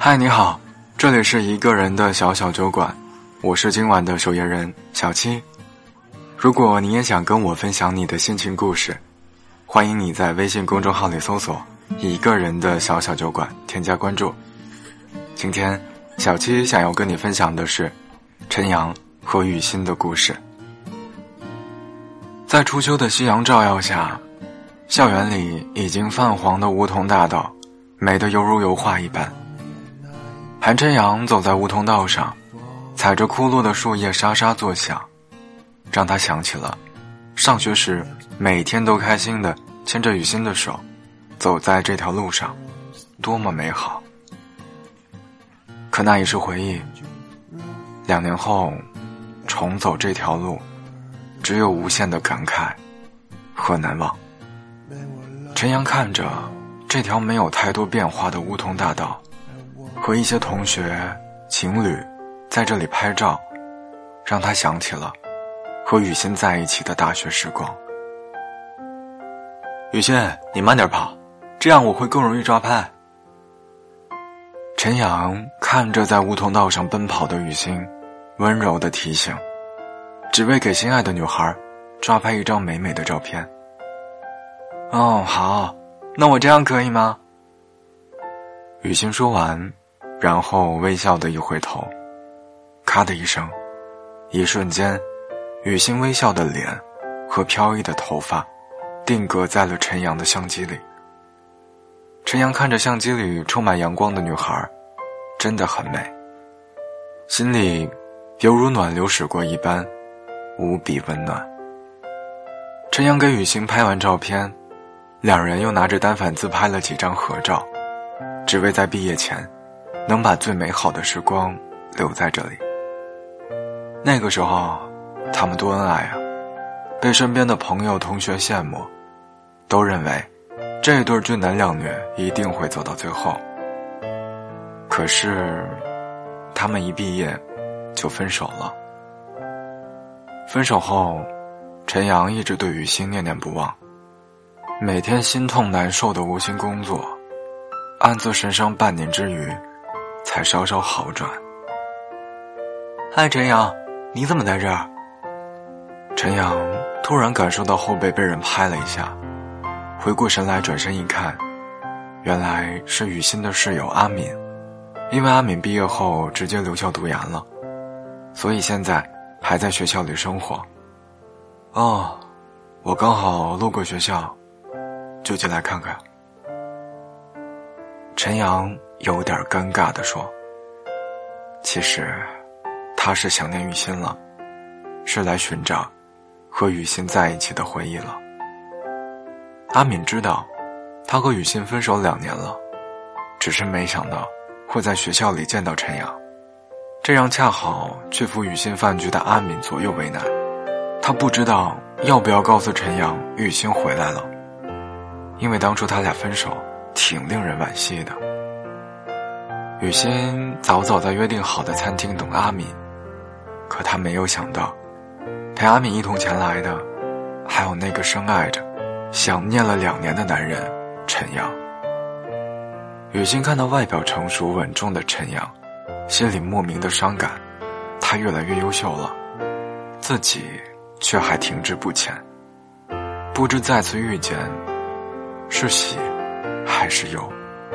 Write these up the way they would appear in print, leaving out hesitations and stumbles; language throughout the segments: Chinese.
嗨，你好，这里是一个人的小小酒馆，我是今晚的守夜人小七。如果你也想跟我分享你的心情故事，欢迎你在微信公众号里搜索一个人的小小酒馆，添加关注。今天小七想要跟你分享的是陈阳和雨欣的故事。在初秋的夕阳照耀下，校园里已经泛黄的梧桐大道美得犹如油画一般。韩晨阳走在梧桐道上，踩着枯落的树叶沙沙作响，让他想起了上学时每天都开心地牵着雨欣的手走在这条路上，多么美好。可那也是回忆，2年后重走这条路，只有无限的感慨和难忘。陈阳看着这条没有太多变化的梧桐大道，和一些同学情侣在这里拍照，让他想起了和雨欣在一起的大学时光。雨欣，你慢点跑，这样我会更容易抓拍。陈阳看着在梧桐道上奔跑的雨欣，温柔地提醒，只为给心爱的女孩抓拍一张美美的照片。哦，好，那我这样可以吗？雨欣说完，然后微笑地一回头，咔的一声，一瞬间，雨欣微笑的脸和飘逸的头发定格在了陈阳的相机里。陈阳看着相机里充满阳光的女孩，真的很美，心里犹如暖流驶过一般，无比温暖。陈阳给雨欣拍完照片，两人又拿着单反自拍了几张合照，只为在毕业前能把最美好的时光留在这里。那个时候他们多恩爱啊，被身边的朋友同学羡慕，都认为这对俊男靓女一定会走到最后。可是他们一毕业就分手了。分手后，陈阳一直对雨欣念念不忘，每天心痛难受的无心工作，暗自神伤半年之余才稍稍好转。嗨，陈阳，你怎么在这儿？陈阳突然感受到后背被人拍了一下，回过神来，转身一看，原来是雨欣的室友阿敏。因为阿敏毕业后直接留校读研了，所以现在还在学校里生活。哦，我刚好路过学校，就进来看看。陈阳有点尴尬地说，其实他是想念雨欣了，是来寻找和雨欣在一起的回忆了。阿敏知道他和雨欣分手2年了，只是没想到会在学校里见到陈阳，这让恰好去赴雨欣饭局的阿敏左右为难。他不知道要不要告诉陈阳雨欣回来了，因为当初他俩分手挺令人惋惜的。雨欣早早在约定好的餐厅等阿敏，可他没有想到陪阿敏一同前来的还有那个深爱着想念了2年的男人陈阳。雨欣看到外表成熟稳重的陈阳，心里莫名的伤感，他越来越优秀了，自己却还停滞不前，不知再次遇见是喜还是忧。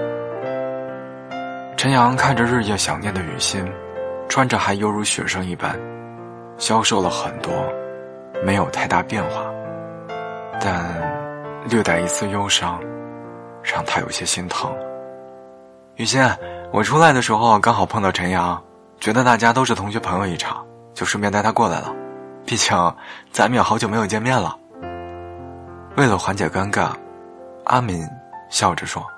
陈阳看着日夜想念的雨欣，穿着还犹如学生一般，消瘦了很多，没有太大变化，但略带一丝忧伤，让他有些心疼。雨欣，我出来的时候刚好碰到陈阳，觉得大家都是同学朋友一场，就顺便带他过来了，毕竟咱们也好久没有见面了。为了缓解尴尬，阿敏笑着说，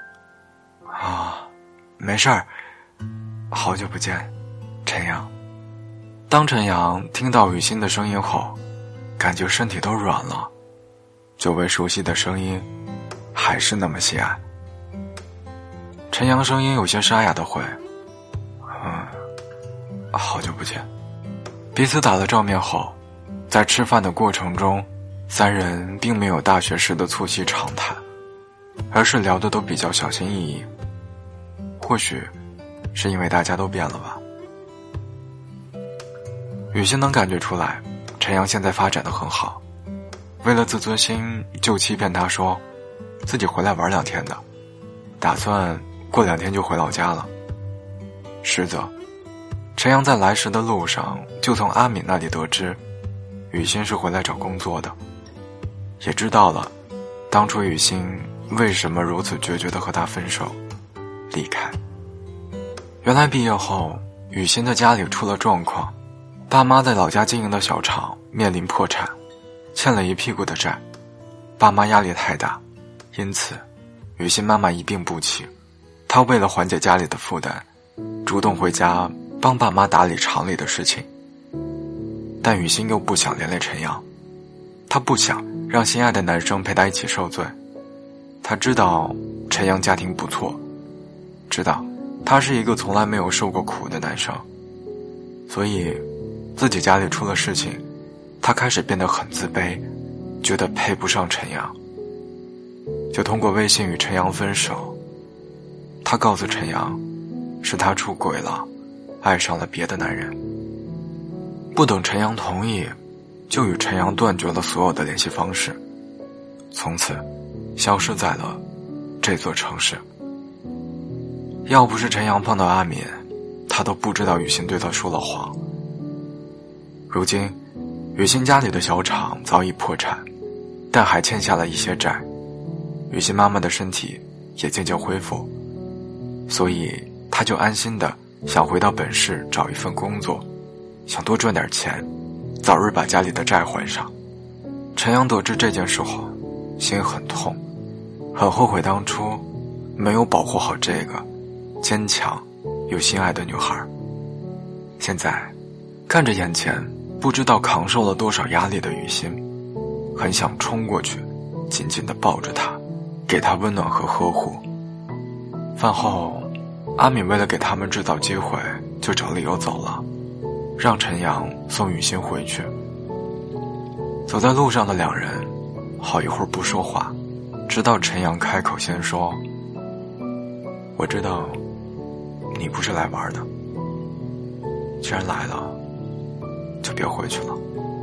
没事儿，好久不见，陈阳。当陈阳听到雨欣的声音后，感觉身体都软了，久违熟悉的声音还是那么喜爱。陈阳声音有些沙哑的回，好久不见。彼此打了照面后，在吃饭的过程中，3人并没有大学时的促膝长谈，而是聊得都比较小心翼翼。或许是因为大家都变了吧。雨欣能感觉出来，陈阳现在发展得很好，为了自尊心就欺骗他说自己回来玩2天的，打算过2天就回老家了。实则陈阳在来时的路上就从阿敏那里得知雨欣是回来找工作的，也知道了当初雨欣为什么如此决绝地和他分手离开。原来毕业后雨欣的家里出了状况，爸妈在老家经营的小厂面临破产，欠了一屁股的债，爸妈压力太大，因此雨欣妈妈一病不起。她为了缓解家里的负担，主动回家帮爸妈打理厂里的事情。但雨欣又不想连累陈阳，她不想让心爱的男生陪她一起受罪。她知道陈阳家庭不错，知道他是一个从来没有受过苦的男生，所以自己家里出了事情，他开始变得很自卑，觉得配不上陈阳，就通过微信与陈阳分手。他告诉陈阳，是他出轨了，爱上了别的男人。不等陈阳同意，就与陈阳断绝了所有的联系方式，从此消失在了这座城市。要不是陈阳碰到阿敏，他都不知道雨欣对他说了谎。如今雨欣家里的小厂早已破产，但还欠下了一些债，雨欣妈妈的身体也渐渐恢复，所以他就安心的想回到本市找一份工作，想多赚点钱，早日把家里的债还上。陈阳得知这件事后心很痛，很后悔当初没有保护好这个坚强又心爱的女孩。现在看着眼前不知道扛受了多少压力的雨欣，很想冲过去紧紧地抱着她，给她温暖和呵护。饭后阿敏为了给他们制造机会，就找理由走了，让陈阳送雨欣回去。走在路上的两人好一会儿不说话，直到陈阳开口先说，我知道你不是来玩的，既然来了就别回去了。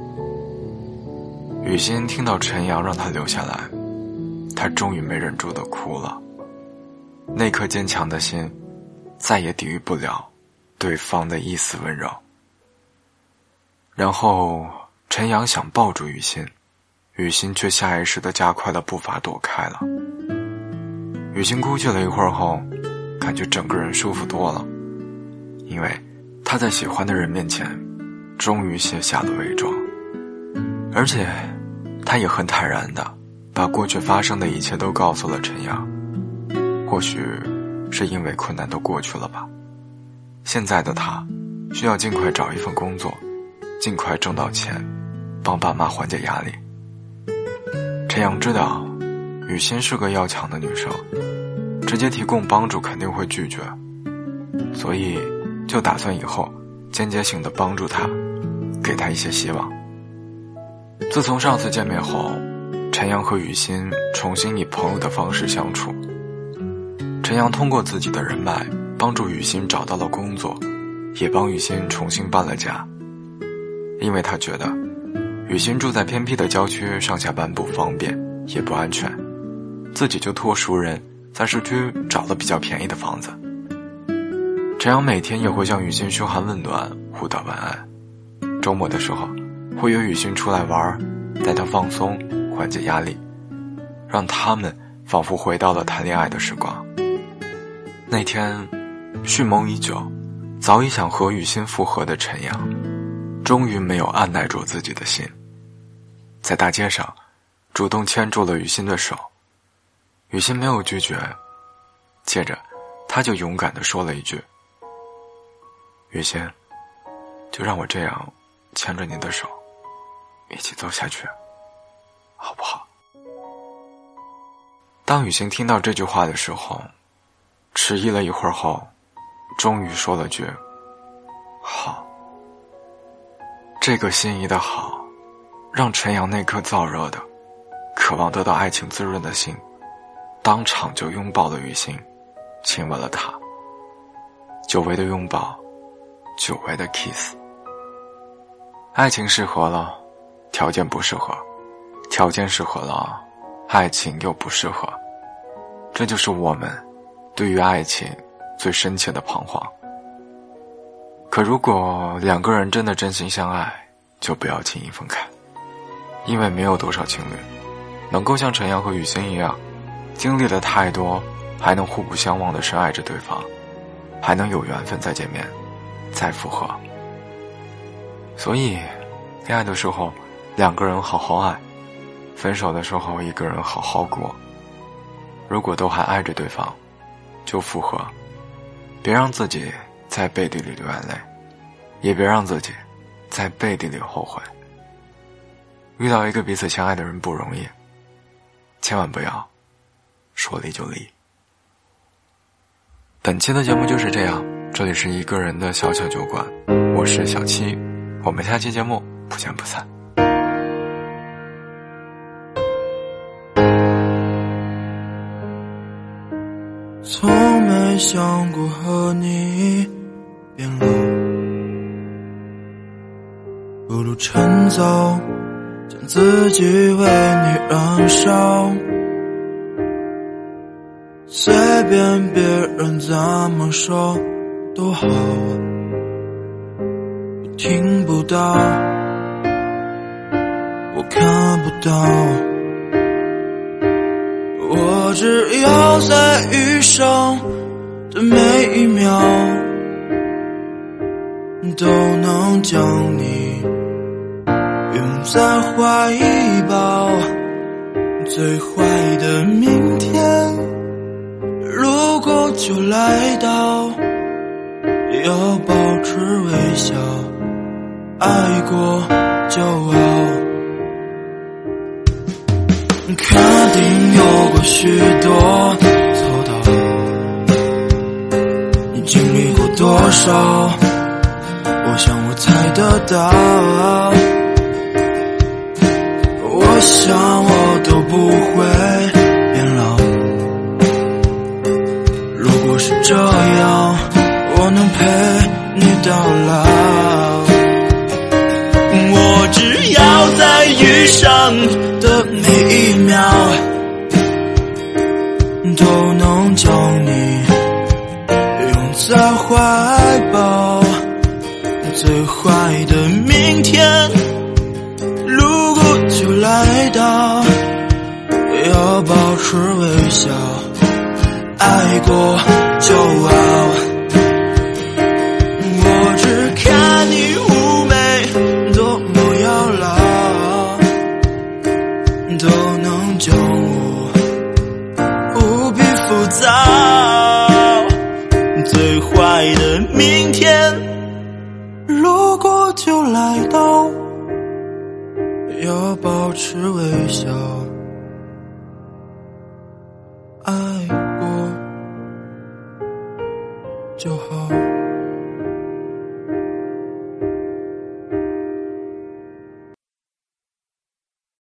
雨欣听到陈阳让她留下来，她终于没忍住地哭了。那颗坚强的心再也抵御不了对方的一丝温柔。然后陈阳想抱住雨欣，雨欣却下意识地加快了步伐躲开了。雨欣哭泣了一会儿后，感觉整个人舒服多了，因为她在喜欢的人面前终于卸下了伪装，而且她也很坦然地把过去发生的一切都告诉了陈阳。或许是因为困难都过去了吧，现在的她需要尽快找一份工作，尽快挣到钱，帮爸妈缓解压力。陈阳知道雨欣是个要强的女生，直接提供帮助肯定会拒绝，所以就打算以后间接性的帮助她，给她一些希望。自从上次见面后，陈阳和雨欣重新以朋友的方式相处。陈阳通过自己的人脉帮助雨欣找到了工作，也帮雨欣重新搬了家。因为他觉得雨欣住在偏僻的郊区，上下班不方便也不安全，自己就托熟人在市区找了比较便宜的房子。陈阳每天也会向雨欣嘘寒问暖，互道晚安。周末的时候会约雨欣出来玩，带她放松，缓解压力，让他们仿佛回到了谈恋爱的时光。那天蓄谋已久，早已想和雨欣复合的陈阳终于没有按耐住自己的心，在大街上主动牵住了雨欣的手。雨欣没有拒绝，接着他就勇敢地说了一句，雨欣，就让我这样牵着你的手一起走下去好不好？当雨欣听到这句话的时候，迟疑了一会儿后，终于说了句好。这个心仪的好，让陈阳那颗燥热的渴望得到爱情滋润的心当场就拥抱了雨欣，亲吻了她。 久违的拥抱，久违的 kiss。 爱情适合了，条件不适合，条件适合了，爱情又不适合。这就是我们对于爱情最深切的彷徨。可如果两个人真的真心相爱，就不要轻易分开，因为没有多少情侣能够像陈阳和雨欣一样，经历了太多，还能互不相忘的深爱着对方，还能有缘分再见面，再复合。所以恋爱的时候两个人好好爱，分手的时候一个人好好过。如果都还爱着对方，就复合，别让自己在背地里流眼泪，也别让自己在背地里后悔。遇到一个彼此相爱的人不容易，千万不要说离就离。本期的节目就是这样，这里是一个人的小小酒馆，我是小七，我们下期节目不见不散。 从没想过和你变老，不如趁早将自己为你燃烧，随便别人怎么说都好，我听不到，我看不到，我只要在余生的每一秒都能将你拥在怀抱。最坏的明天如果就来到，要保持微笑，爱过就好。肯定有过许多错道，你经历过多少，我想我猜得到，我想我都不会变老。如果是这样，我能陪你到老，我只要在余生的每一秒都能将你拥在怀抱。最坏的明天如果就来到，要保持微笑，爱过就好。我只看你妩媚多么妖娆，都能将我无比浮躁。最坏的明天如果就来到，要保持微笑，爱过就好。